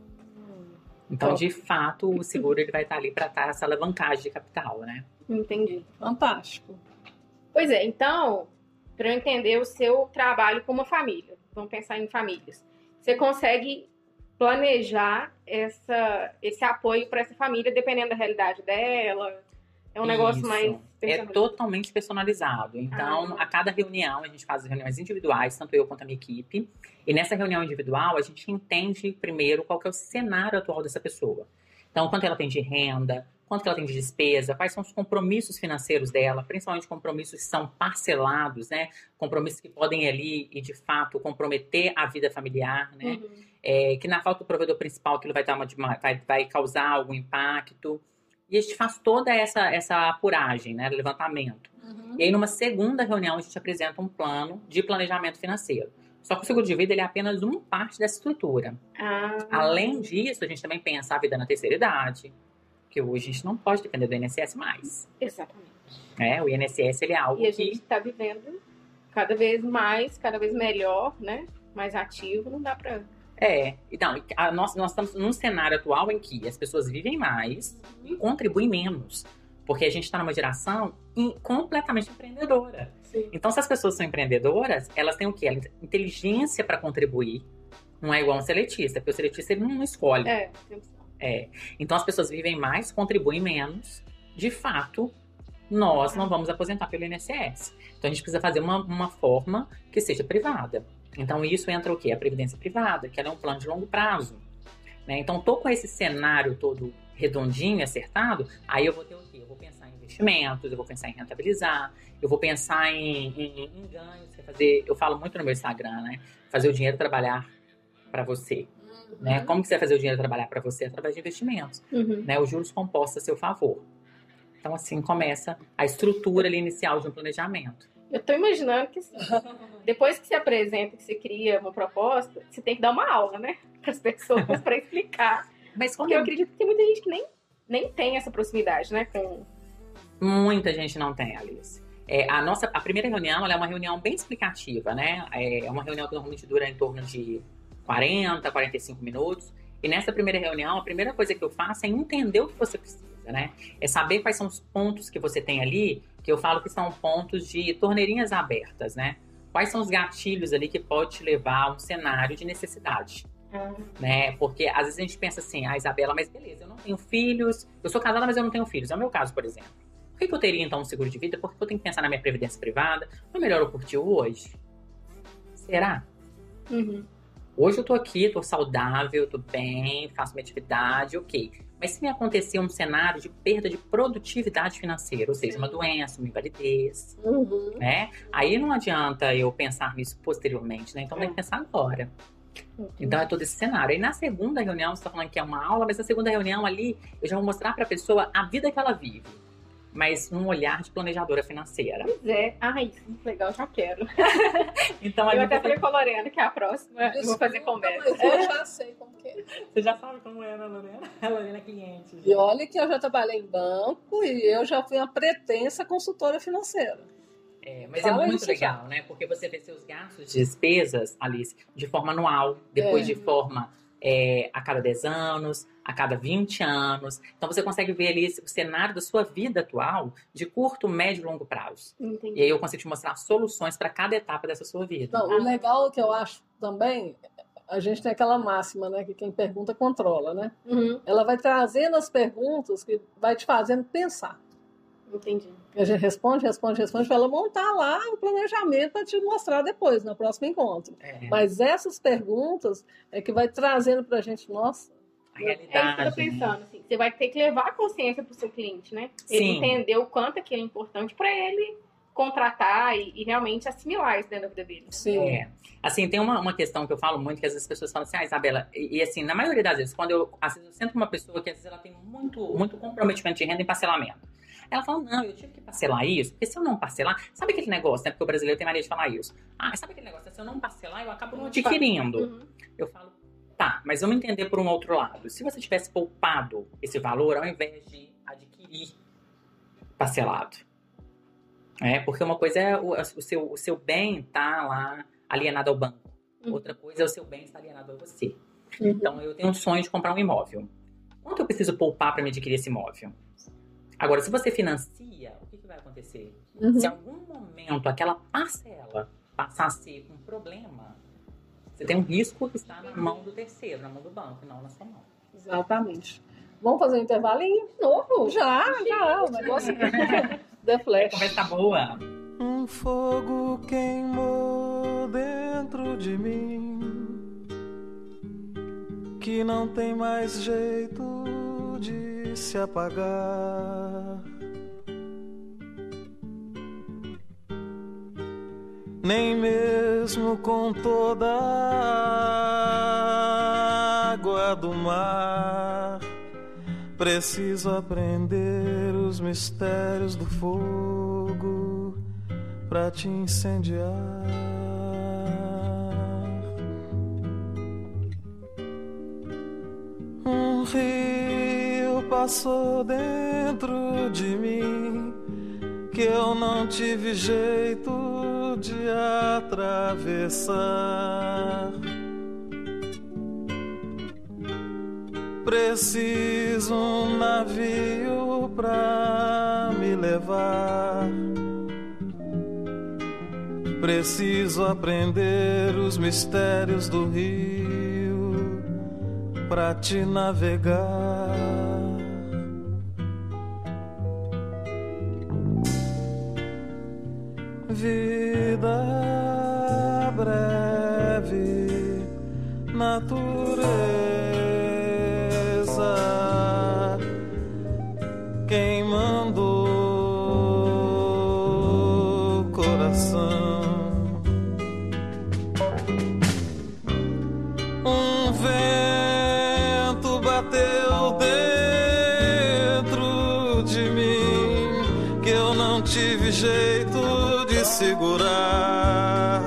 Então, de fato, o seguro ele vai estar ali para dar essa alavancagem de capital, né? Entendi. Fantástico. Pois é, então, para eu entender o seu trabalho com uma família, vamos pensar em famílias, você consegue planejar esse apoio para essa família dependendo da realidade dela, É um negócio mais É totalmente personalizado. Então, a cada reunião, a gente faz reuniões individuais, tanto eu quanto a minha equipe. E nessa reunião individual, a gente entende primeiro qual que é o cenário atual dessa pessoa. Então, quanto ela tem de renda, quanto que ela tem de despesa, quais são os compromissos financeiros dela, principalmente compromissos que são parcelados, né? Compromissos que podem ali e, de fato, comprometer a vida familiar, né? Que na falta do provedor principal aquilo vai causar algum impacto. E a gente faz toda essa apuragem, né? Levantamento. E aí, numa segunda reunião, a gente apresenta um plano de planejamento financeiro. Só que o seguro de vida ele é apenas uma parte dessa estrutura. Além disso, a gente também pensa a vida na terceira idade, que hoje a gente não pode depender do INSS mais. Exatamente. O INSS ele é algo que... E a gente está vivendo cada vez mais, cada vez melhor, né? Mais ativo, não dá para... Então, nós estamos num cenário atual em que as pessoas vivem mais e contribuem menos. Porque a gente está numa geração completamente empreendedora. Sim. Então, se as pessoas são empreendedoras, elas têm o quê? Inteligência para contribuir. Não é igual um seletista, porque o seletista ele não escolhe. Então, as pessoas vivem mais, contribuem menos. De fato, nós não vamos aposentar pelo INSS. Então, a gente precisa fazer uma forma que seja privada. Então, isso entra o quê? A previdência privada, que ela é um plano de longo prazo. Né? Então, tô com esse cenário todo redondinho, acertado, aí eu vou ter o quê? Eu vou pensar em investimentos, eu vou pensar em rentabilizar, eu vou pensar em ganhos. Eu falo muito no meu Instagram, né? Fazer o dinheiro trabalhar para você. Né? Como que você vai fazer o dinheiro trabalhar para você? Através de investimentos. Né? Os juros compostos a seu favor. Então, assim, começa a estrutura ali inicial de um planejamento. Eu tô imaginando que depois que você apresenta, que você cria uma proposta, você tem que dar uma aula, né? Para as pessoas, para explicar. Mas porque eu acredito que tem muita gente que nem tem essa proximidade, né? Muita gente não tem, Alice. A primeira reunião ela é uma reunião bem explicativa, né? É uma reunião que normalmente dura em torno de 40, 45 minutos. E nessa primeira reunião, a primeira coisa que eu faço é entender o que você precisa, né? É saber quais são os pontos que você tem ali, que eu falo que são pontos de torneirinhas abertas, né? Quais são os gatilhos ali que pode te levar a um cenário de necessidade, né? Porque às vezes a gente pensa assim, Isabela, mas beleza, eu não tenho filhos, eu sou casada, mas eu não tenho filhos. É o meu caso, por exemplo. Por que eu teria então um seguro de vida? Porque eu tenho que pensar na minha previdência privada. Não é melhor eu curtir hoje? Será? Hoje eu tô aqui, tô saudável, tô bem, faço minha atividade, ok. Mas se me acontecer um cenário de perda de produtividade financeira, ou seja, uma doença, uma invalidez, né? Aí não adianta eu pensar nisso posteriormente, né? Então tem que pensar agora. Então é todo esse cenário. Aí na segunda reunião, você tá falando que é uma aula, mas na segunda reunião ali, eu já vou mostrar pra pessoa a vida que ela vive. Mas um olhar de planejadora financeira. Pois é. Ai, legal, já quero. Então, eu até falei com a Lorena, que é a próxima. Eu vou fazer conversa. Eu já sei como que é. Você já sabe como é, né, Lorena? A Lorena é cliente. Já. E olha que eu já trabalhei em banco e eu já fui uma pretensa consultora financeira. Mas é muito legal, né? Porque você vê seus gastos de despesas, Alice, de forma anual, depois de forma a cada 10 anos, a cada 20 anos. Então você consegue ver ali o cenário da sua vida atual de curto, médio e longo prazo. Entendi. E aí eu consigo te mostrar soluções para cada etapa dessa sua vida. Então, o legal que eu acho também, a gente tem aquela máxima, né? Que quem pergunta controla, né? Ela vai trazendo as perguntas que vai te fazendo pensar. Entendi. A gente responde para ela montar lá o planejamento para te mostrar depois, no próximo encontro. Mas essas perguntas é que vai trazendo para a gente, nossa... A realidade, é isso que eu tô pensando, assim. Você vai ter que levar a consciência pro seu cliente, né? Ele entender o quanto aquilo é importante para ele contratar e realmente assimilar isso dentro da vida dele. Sim. Assim, tem uma questão que eu falo muito, que às vezes as pessoas falam assim, Isabela, e assim, na maioria das vezes, às vezes eu sento com uma pessoa que às vezes ela tem muito comprometimento de renda em parcelamento. Ela fala, não, eu tive que parcelar isso, porque se eu não parcelar... Sabe aquele negócio, né? Porque o brasileiro tem mania de falar isso. Sabe aquele negócio, se eu não parcelar, eu acabo não adquirindo. Eu falo, tá, mas vamos entender por um outro lado. Se você tivesse poupado esse valor, ao invés de adquirir parcelado. Porque uma coisa é o seu bem tá lá alienado ao banco. Outra coisa é o seu bem estar alienado a você. Então, eu tenho um sonho de comprar um imóvel. Quanto eu preciso poupar para me adquirir esse imóvel? Agora, se você financia, o que vai acontecer? Se em algum momento aquela parcela passar a ser um problema, você tem um risco que está na mão do terceiro, na mão do banco, e não na sua mão. Exatamente. Vamos fazer um intervalinho? Novo? Já, o negócio The Flash. A conversa tá boa. Um fogo queimou dentro de mim, que não tem mais jeito de se apagar. Nem mesmo com toda a água do mar. Preciso aprender os mistérios do fogo pra te incendiar. Um rio passou dentro de mim, que eu não tive jeito de atravessar. Preciso um navio pra me levar. Preciso aprender os mistérios do rio pra te navegar. Vida breve, natureza queimando o coração. Um vento bateu dentro de mim, que eu não tive jeito de segurar.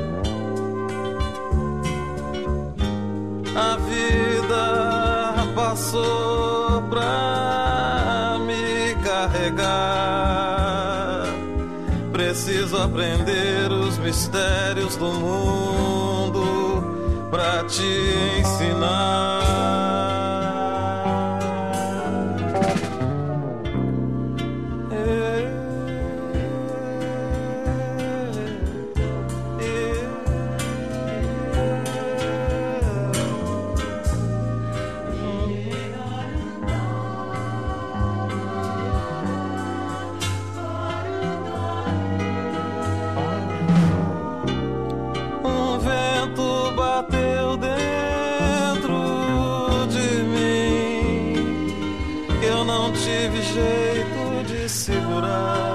A vida passou pra me carregar. Preciso aprender os mistérios do mundo pra te ensinar. Jeito de segurar.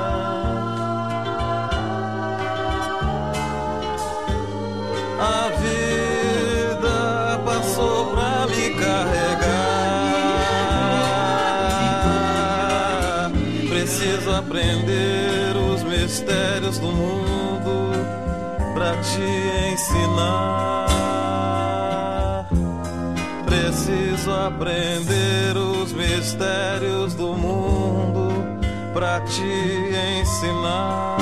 A vida passou pra me carregar. Preciso aprender os mistérios do mundo pra te ensinar. Preciso aprender os mistérios do mundo pra te ensinar.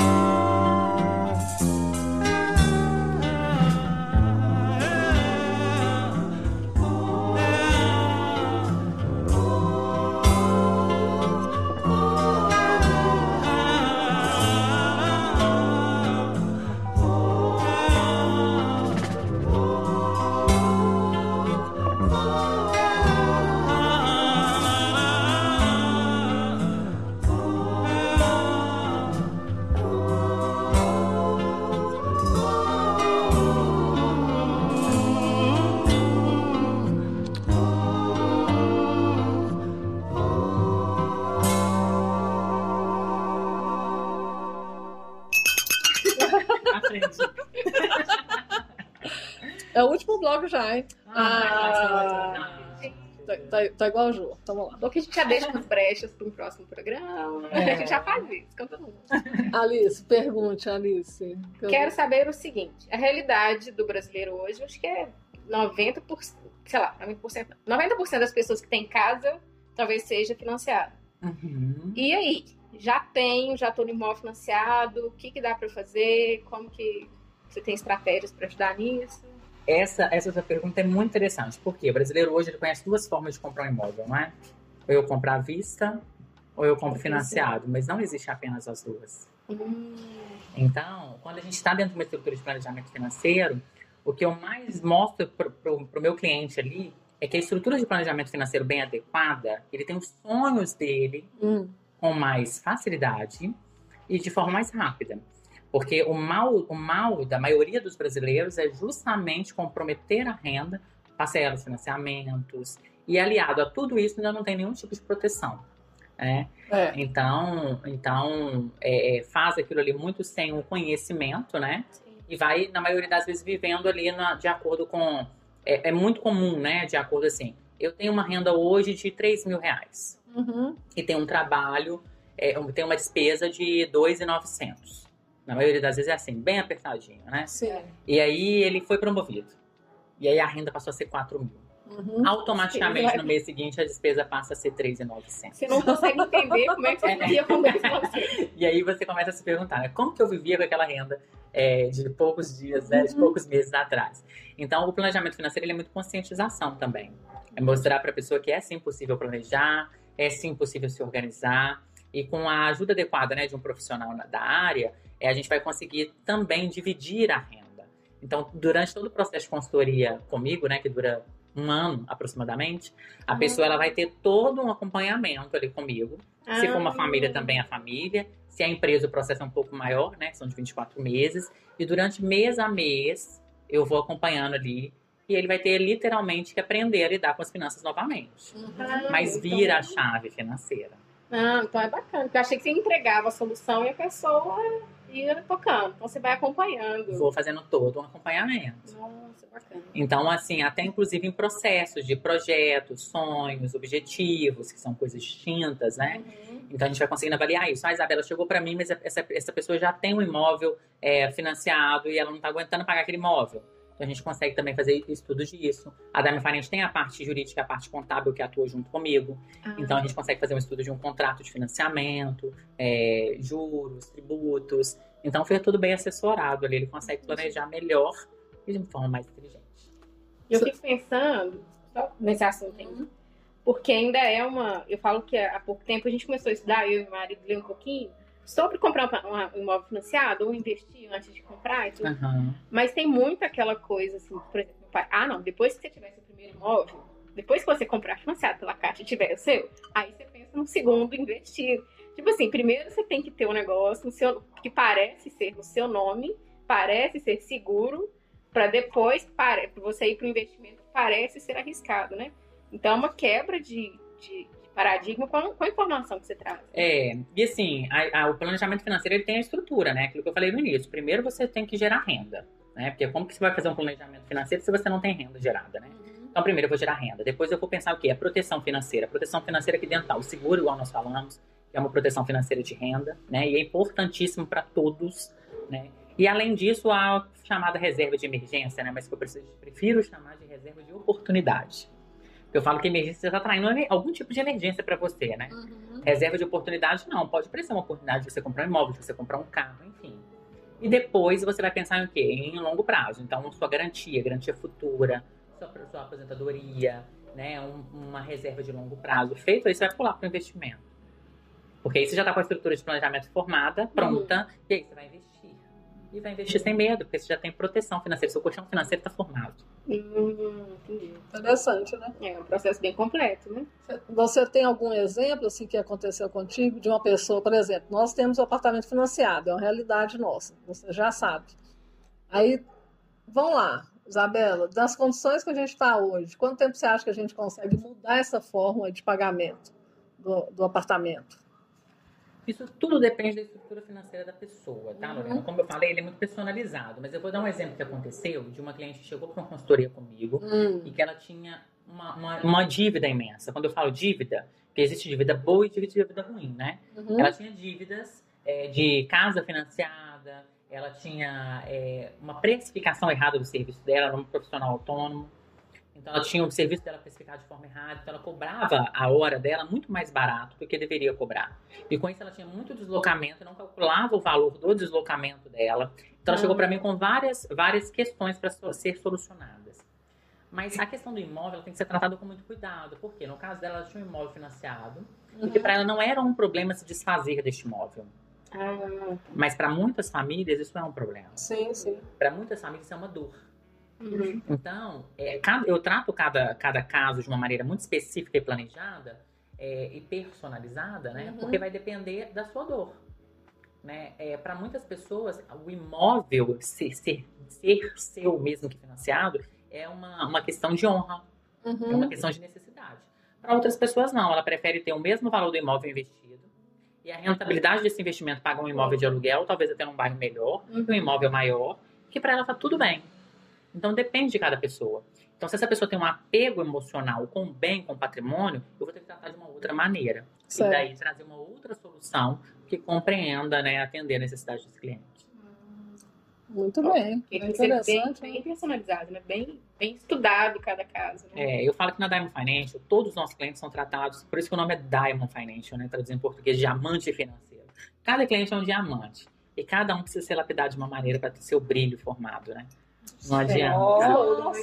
É o último bloco já, hein? Tá igual o Ju. Vamos lá. Ou que a gente já deixa umas brechas para um próximo programa. A gente já faz isso, canta muito. Alice, pergunte, Alice. Quero saber o seguinte. A realidade do brasileiro hoje, acho que é 90%, sei lá, 90% das pessoas que têm casa talvez seja financiado. Uhum. E aí? Já tô no imóvel financiado, o que dá para fazer? Como que você tem estratégias para ajudar nisso? Essa pergunta é muito interessante, porque o brasileiro hoje ele conhece duas formas de comprar um imóvel, não é? Ou eu compro à vista, ou eu compro financiado, mas não existe apenas as duas. Então, quando a gente está dentro de uma estrutura de planejamento financeiro, o que eu mais mostro pro meu cliente ali é que a estrutura de planejamento financeiro bem adequada, ele tem os sonhos dele com mais facilidade e de forma mais rápida. Porque o mal da maioria dos brasileiros é justamente comprometer a renda, parcelas, financiamentos, e aliado a tudo isso ainda não tem nenhum tipo de proteção. Então faz aquilo ali muito sem o conhecimento, né? Sim. E vai, na maioria das vezes, vivendo ali de acordo com... É muito comum, né? De acordo assim, eu tenho uma renda hoje de R$3.000 e tenho um trabalho, tenho uma despesa de R$2.900. Na maioria das vezes é assim, bem apertadinho, né? Sim. E aí ele foi promovido. E aí a renda passou a ser R$4.000. Automaticamente, no mês seguinte, a despesa passa a ser R$3.900. Você não consegue entender como é que você vivia com isso. E aí você começa a se perguntar, né? Como que eu vivia com aquela renda de poucos dias, né? De poucos meses atrás? Então, o planejamento financeiro ele é muito conscientização também. É mostrar para a pessoa que é sim possível planejar, é sim possível se organizar. E com a ajuda adequada, né, de um profissional da área, a gente vai conseguir também dividir a renda. Então, durante todo o processo de consultoria comigo, né, que dura 1 ano aproximadamente, a pessoa ela vai ter todo um acompanhamento ali comigo. Se for uma família, também a família. Se a empresa, o processo é um pouco maior, né, são de 24 meses. E durante mês a mês, eu vou acompanhando ali. E ele vai ter literalmente que aprender a lidar com as finanças novamente. Mas vira a chave financeira. Então é bacana. Porque eu achei que você entregava a solução e a pessoa ia tocando. Então você vai acompanhando. Vou fazendo todo um acompanhamento. Nossa, bacana. Então, assim, até inclusive em processos de projetos, sonhos, objetivos, que são coisas distintas, né? Então a gente vai conseguindo avaliar isso. A Isabela chegou para mim, mas essa pessoa já tem um imóvel financiado e ela não está aguentando pagar aquele imóvel. Então a gente consegue também fazer estudo disso. A Dami Farente tem a parte jurídica, a parte contábil que atua junto comigo. Então a gente consegue fazer um estudo de um contrato de financiamento, juros, tributos. Então foi tudo bem assessorado ali. Ele consegue planejar melhor e de uma forma mais inteligente. Eu fico pensando nesse assunto ainda, porque ainda é uma... Eu falo que há pouco tempo a gente começou a estudar, eu e o marido ler um pouquinho, sobre comprar um imóvel financiado ou investir antes de comprar e tudo. Mas tem muito aquela coisa assim, por exemplo, meu pai, não, depois que você tiver seu primeiro imóvel, depois que você comprar financiado pela Caixa e tiver o seu, aí você pensa no segundo investir. Tipo assim, primeiro você tem que ter um negócio que parece ser no seu nome, parece ser seguro, para depois você ir para o investimento que parece ser arriscado, né? Então é uma quebra de paradigma com a informação que você traz. E assim, o planejamento financeiro ele tem a estrutura, né? Aquilo que eu falei no início. Primeiro você tem que gerar renda, né? Porque como que você vai fazer um planejamento financeiro se você não tem renda gerada, né? Então primeiro eu vou gerar renda. Depois eu vou pensar o quê? A proteção financeira. A proteção financeira aqui dentro tá o seguro, igual nós falamos, que é uma proteção financeira de renda, né? E é importantíssimo para todos, né? E além disso, a chamada reserva de emergência, né? Mas que eu prefiro chamar de reserva de oportunidade. Eu falo que emergência você está traindo algum tipo de emergência para você, né? Reserva de oportunidade, não. Pode parecer uma oportunidade de você comprar um imóvel, de você comprar um carro, enfim. E depois você vai pensar em o quê? Em longo prazo. Então, sua garantia futura, sua aposentadoria, né? Uma reserva de longo prazo. Feito aí, você vai pular para o investimento. Porque aí você já está com a estrutura de planejamento formada, pronta, e aí você vai investir. E vai investir sem medo, porque você já tem proteção financeira. Seu colchão financeiro está formado. Entendi. Interessante, né? É um processo bem completo, né? Você tem algum exemplo assim que aconteceu contigo de uma pessoa, por exemplo, nós temos um apartamento financiado, é uma realidade nossa, você já sabe. Aí, vamos lá, Isabela, das condições que a gente está hoje, quanto tempo você acha que a gente consegue mudar essa forma de pagamento do apartamento? Isso tudo depende da estrutura financeira da pessoa, tá, Lorena? Como eu falei, ele é muito personalizado. Mas eu vou dar um exemplo que aconteceu de uma cliente que chegou para uma consultoria comigo e que ela tinha uma dívida imensa. Quando eu falo dívida, porque existe dívida boa e dívida ruim, né? Ela tinha dívidas de casa financiada, ela tinha uma precificação errada do serviço dela, era um profissional autônomo. Então, ela tinha o serviço dela precificado de forma errada. Então, ela cobrava a hora dela muito mais barato do que deveria cobrar. E com isso, ela tinha muito deslocamento, não calculava o valor do deslocamento dela. Então, ela chegou para mim com várias questões para ser solucionadas. Mas a questão do imóvel tem que ser tratada com muito cuidado. Por quê? No caso dela, ela tinha um imóvel financiado. E que para ela não era um problema se desfazer deste imóvel. Mas para muitas famílias, isso é um problema. Sim, sim. Para muitas famílias, isso é uma dor. Então, eu trato cada caso de uma maneira muito específica e planejada e personalizada, né? Porque vai depender da sua dor. Né? Para muitas pessoas, o imóvel ser seu mesmo que financiado é uma questão de honra, é uma questão de necessidade. Para outras pessoas, não. Ela prefere ter o mesmo valor do imóvel investido e a rentabilidade desse investimento paga um imóvel de aluguel, talvez até num bairro melhor, um imóvel maior, que para ela tá tudo bem. Então, depende de cada pessoa. Então, se essa pessoa tem um apego emocional com o bem, com o patrimônio, eu vou ter que tratar de uma outra maneira. Certo. E daí trazer uma outra solução que compreenda, né, atender a necessidade dos clientes. Muito bem. Tem É que ser interessante. bem personalizado, né? Bem estudado cada caso. Né? Eu falo que na Diamond Financial, todos os nossos clientes são tratados, por isso que o nome é Diamond Financial, né, traduzindo em português, diamante financeiro. Cada cliente é um diamante. E cada um precisa ser lapidado de uma maneira para ter seu brilho formado, né? Não adianta. Nossa,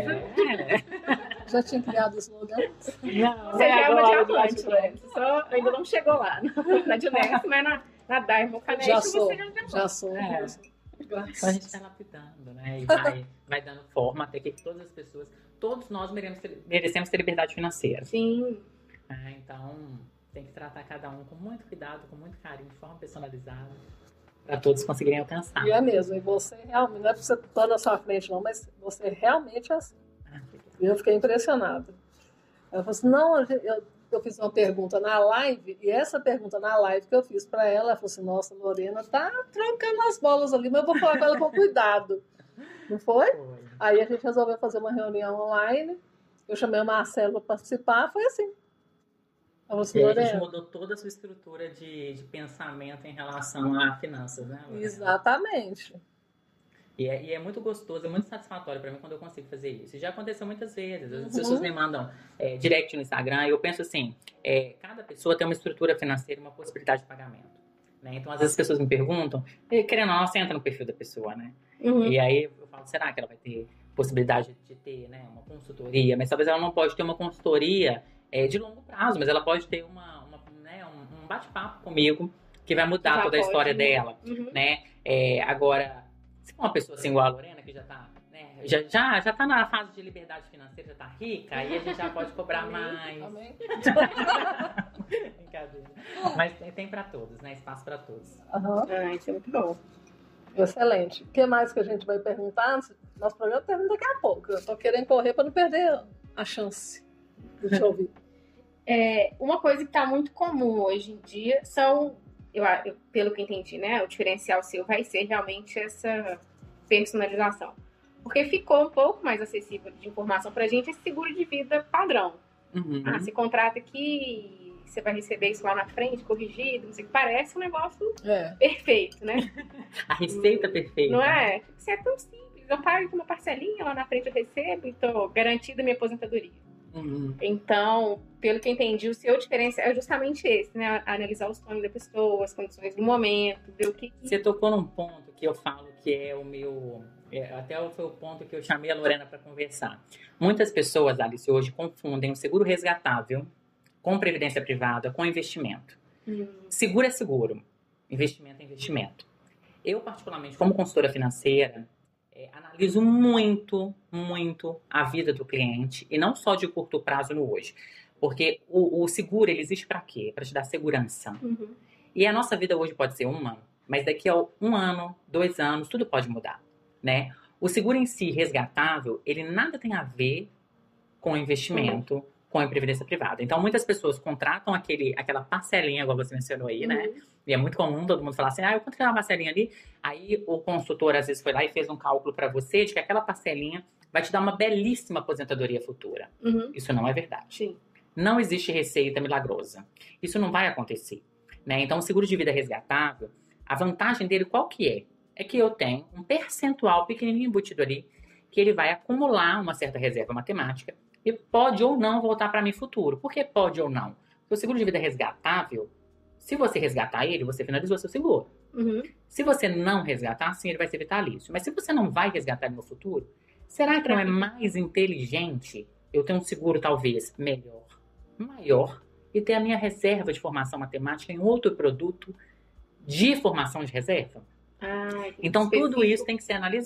Já tinha criado o slogan? Não, você já é uma diamante, né? Você só ainda não chegou lá na Dinex, mas na Diamond Financial você é um diamante. Já sou. Então a gente está lapidando, né? E vai dando forma até que todas as pessoas, todos nós merecemos ter liberdade financeira. Sim. Então tem que tratar cada um com muito cuidado, com muito carinho, de forma personalizada, para todos conseguirem alcançar. E é mesmo, e você realmente, não é porque você está na sua frente não, mas você realmente é assim. E eu fiquei impressionada. Ela falou assim, não, eu fiz uma pergunta na live, e essa pergunta na live que eu fiz para ela falou assim, nossa, Lorena tá trocando as bolas ali, mas eu vou falar com ela com cuidado. Não foi? Foi. Aí a gente resolveu fazer uma reunião online, eu chamei o Marcelo para participar, foi assim. A gente mudou toda a sua estrutura de pensamento em relação a finanças, né, Lorena? Exatamente. E é muito gostoso, é muito satisfatório para mim quando eu consigo fazer isso. E já aconteceu muitas vezes. As pessoas me mandam direct no Instagram e eu penso assim, cada pessoa tem uma estrutura financeira e uma possibilidade de pagamento. Né? Então, às vezes as pessoas me perguntam, querendo ou não, você entra no perfil da pessoa, né? E aí eu falo, será que ela vai ter possibilidade de ter, né, uma consultoria? Mas talvez ela não pode ter uma consultoria de longo prazo, mas ela pode ter um bate-papo comigo que vai mudar toda a história dela, né? Agora, se for uma pessoa assim igual a Lorena, que já tá, né, já tá na fase de liberdade financeira, já tá rica, aí a gente já pode cobrar mais. Amém. Brincadeira. Mas tem para todos, né? Espaço para todos. Isso é muito bom. Excelente. O que mais que a gente vai perguntar? Nosso programa termina daqui a pouco. Eu tô querendo correr para não perder a chance. Deixa eu ouvir. Uma coisa que está muito comum hoje em dia são, pelo que entendi, né? O diferencial seu vai ser realmente essa personalização. Porque ficou um pouco mais acessível de informação pra gente esse seguro de vida padrão. Você contrata aqui, você vai receber isso lá na frente, corrigido, não sei o que. Parece um negócio perfeito, né? A receita perfeita. Não é? Isso é tão simples. Eu pago uma parcelinha, lá na frente eu recebo e tô garantida a minha aposentadoria. Então, pelo que entendi, o seu diferencial é justamente esse, né? Analisar os sonhos da pessoa, as condições do momento, ver o que... Você tocou num ponto que eu falo que é o meu... até foi o ponto que eu chamei a Lorena para conversar. Muitas pessoas, Alice, hoje confundem o seguro resgatável com previdência privada, com investimento. Seguro é seguro, investimento é investimento. Eu, particularmente, como consultora financeira, analiso muito a vida do cliente, e não só de curto prazo no hoje. Porque o seguro, ele existe para quê? Para te dar segurança. E a nossa vida hoje pode ser uma, mas daqui a 1 ano, 2 anos, tudo pode mudar, né? O seguro em si, resgatável, ele nada tem a ver com investimento, com a previdência privada. Então, muitas pessoas contratam aquela parcelinha, igual você mencionou aí, né? E é muito comum todo mundo falar assim, eu contratei uma parcelinha ali, aí o consultor às vezes foi lá e fez um cálculo para você de que aquela parcelinha vai te dar uma belíssima aposentadoria futura. Isso não é verdade. Sim. Não existe receita milagrosa. Isso não vai acontecer, né? Então, o seguro de vida resgatável, a vantagem dele qual que é? É que eu tenho um percentual pequenininho embutido ali, que ele vai acumular uma certa reserva matemática e pode ou não voltar para mim futuro. Por que pode ou não? Porque o seguro de vida resgatável, se você resgatar ele, você finalizou seu seguro. Se você não resgatar, sim, ele vai ser vitalício. Mas se você não vai resgatar ele no futuro, será que não é mais inteligente eu ter um seguro talvez melhor, maior, e ter a minha reserva de formação matemática em outro produto de formação de reserva? Então, tudo isso tem que ser analisado.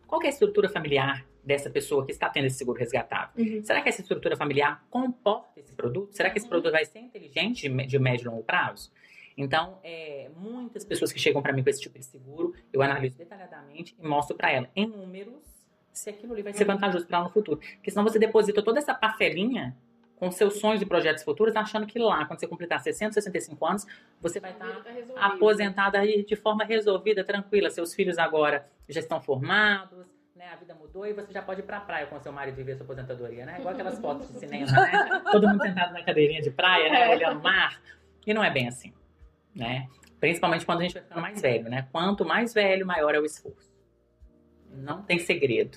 qual que é a estrutura familiar dessa pessoa que está tendo esse seguro resgatável? Será que essa estrutura familiar comporta esse produto? Será que esse produto vai ser inteligente de médio e longo prazo? Então, muitas pessoas que chegam para mim com esse tipo de seguro, eu analiso detalhadamente e mostro para ela, em números, se aquilo ali vai ser vantajoso para ela no futuro. Porque senão você deposita toda essa parcelinha com seus sonhos e projetos futuros, achando que lá, quando você completar 60, 65 anos, você vai estar aposentada aí de forma resolvida, tranquila. Seus filhos agora já estão formados, né? A vida mudou e você já pode ir pra praia com seu marido e ver sua aposentadoria, né? Igual aquelas fotos de cinema, né? Todo mundo sentado na cadeirinha de praia, né? Olhando o mar. E não é bem assim, né? Principalmente quando a gente vai ficando mais velho, né? Quanto mais velho, maior é o esforço. Não tem segredo.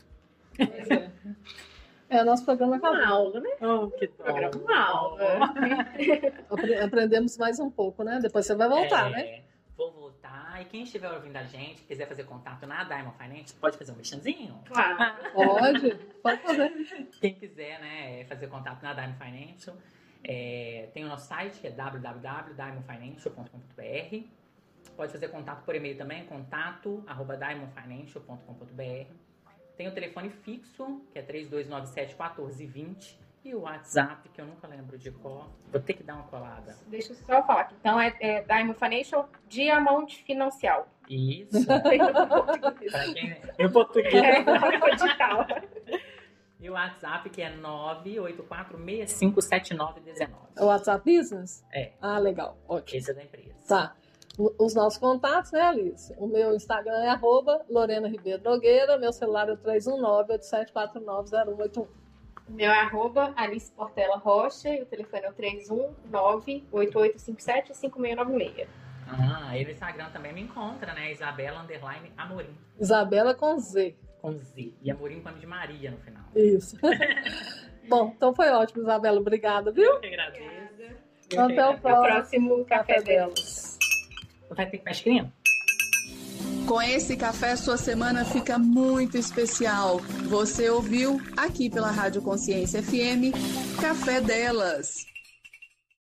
Nosso programa é uma aula, né? Oh, que programa é uma aula. Aprendemos mais um pouco, né? Depois você vai voltar, né? Vou voltar. E quem estiver ouvindo a gente, quiser fazer contato na Diamond Finance, pode fazer um mexanzinho? Claro. Pode fazer. Quem quiser, né, fazer contato na Diamond Financial, tem o nosso site, que é www.diamondfinancial.com.br. Pode fazer contato por e-mail também, contato@diamondfinancial.com.br. Tem o telefone fixo, que é 3297-1420. E o WhatsApp, que eu nunca lembro de qual. Vou ter que dar uma colada. Deixa eu só falar aqui. Então, é Diamond Financial Diamond Financial. Isso. Pra quem... Em português. Digital. E o WhatsApp, que é 984657919. O WhatsApp Business? Ah, legal. Ótimo. Esse é da empresa. Tá. Os nossos contatos, né, Alice? O meu Instagram é @Lorena Ribeiro Nogueira, meu celular é 319-8749-0181. O meu é @Alice Portela Rocha e o telefone é o 319-8857-5696. E no Instagram também me encontra, né? Isabela_Amorim. Isabela com Z. Com Z. E Amorim com nome de Maria no final. Isso. Bom, então foi ótimo, Isabela. Obrigada, viu? Eu que agradeço. Até o próximo Café Delas. Vai ter que mais creme? Com esse café, sua semana fica muito especial. Você ouviu aqui pela Rádio Consciência FM, Café Delas.